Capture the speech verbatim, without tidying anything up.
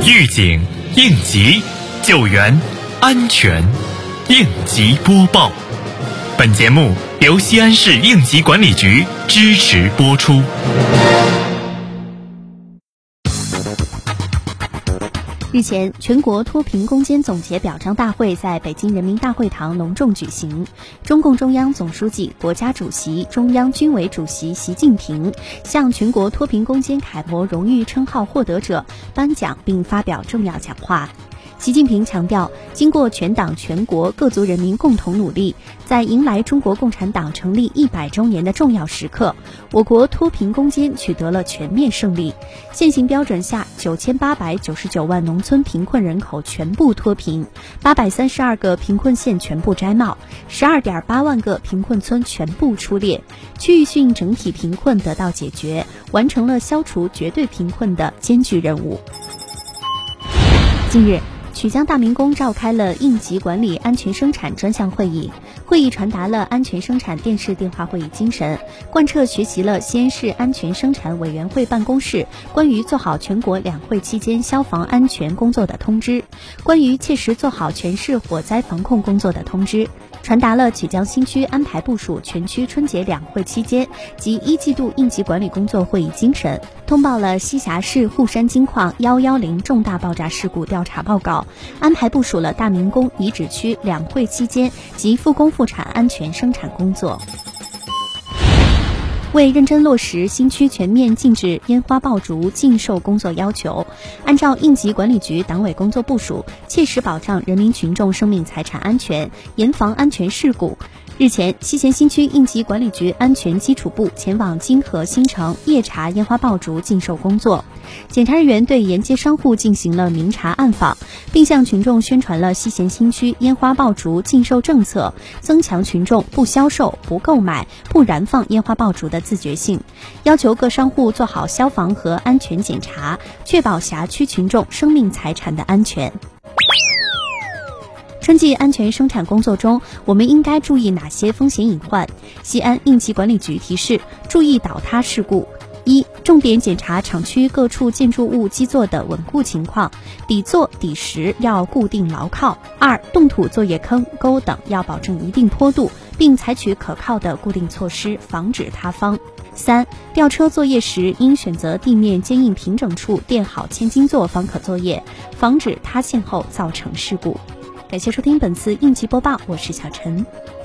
预警、应急、救援、安全，应急播报。本节目由西安市应急管理局支持播出。 日前，全国脱贫攻坚总结表彰大会在北京人民大会堂隆重举行。中共中央总书记、国家主席、中央军委主席习近平向全国脱贫攻坚楷模荣誉称号获得者颁奖并发表重要讲话。习近平强调，经过全党全国各族人民共同努力，在迎来中国共产党成立一百周年的重要时刻，我国脱贫攻坚取得了全面胜利。现行标准下，九千八百九十九万农村贫困人口全部脱贫，八百三十二个贫困县全部摘帽，十二点八万个贫困村全部出列，区域性整体贫困得到解决，完成了消除绝对贫困的艰巨任务。近日，曲江大明宫召开了应急管理安全生产专项会议，会议传达了安全生产电视电话会议精神，贯彻学习了西安市安全生产委员会办公室关于做好全国两会期间消防安全工作的通知，关于切实做好全市火灾防控工作的通知，传达了曲江新区安排部署全区春节两会期间及一季度应急管理工作会议精神，通报了西峡市沪山金矿一一零重大爆炸事故调查报告，安排部署了大明宫遗址区两会期间及复工复产安全生产工作。为认真落实新区全面禁止烟花爆竹禁售工作要求，按照应急管理局党委工作部署，切实保障人民群众生命财产安全，严防安全事故。日前，西咸新区应急管理局安全基础部前往金河新城夜查烟花爆竹禁售工作，检查人员对沿街商户进行了明察暗访，并向群众宣传了西咸新区烟花爆竹禁售政策，增强群众不销售、不购买、不燃放烟花爆竹的自觉性，要求各商户做好消防和安全检查，确保辖区群众生命财产的安全。春季安全生产工作中，我们应该注意哪些风险隐患？西安应急管理局提示，注意倒塌事故。一、重点检查厂区各处建筑物基座的稳固情况，底座、底石要固定牢靠。二、动土作业坑、沟等要保证一定坡度，并采取可靠的固定措施，防止塌方。三、吊车作业时应选择地面坚硬平整处垫好千斤座方可作业，防止塌陷后造成事故。感谢收听本次应急播报，我是小陈。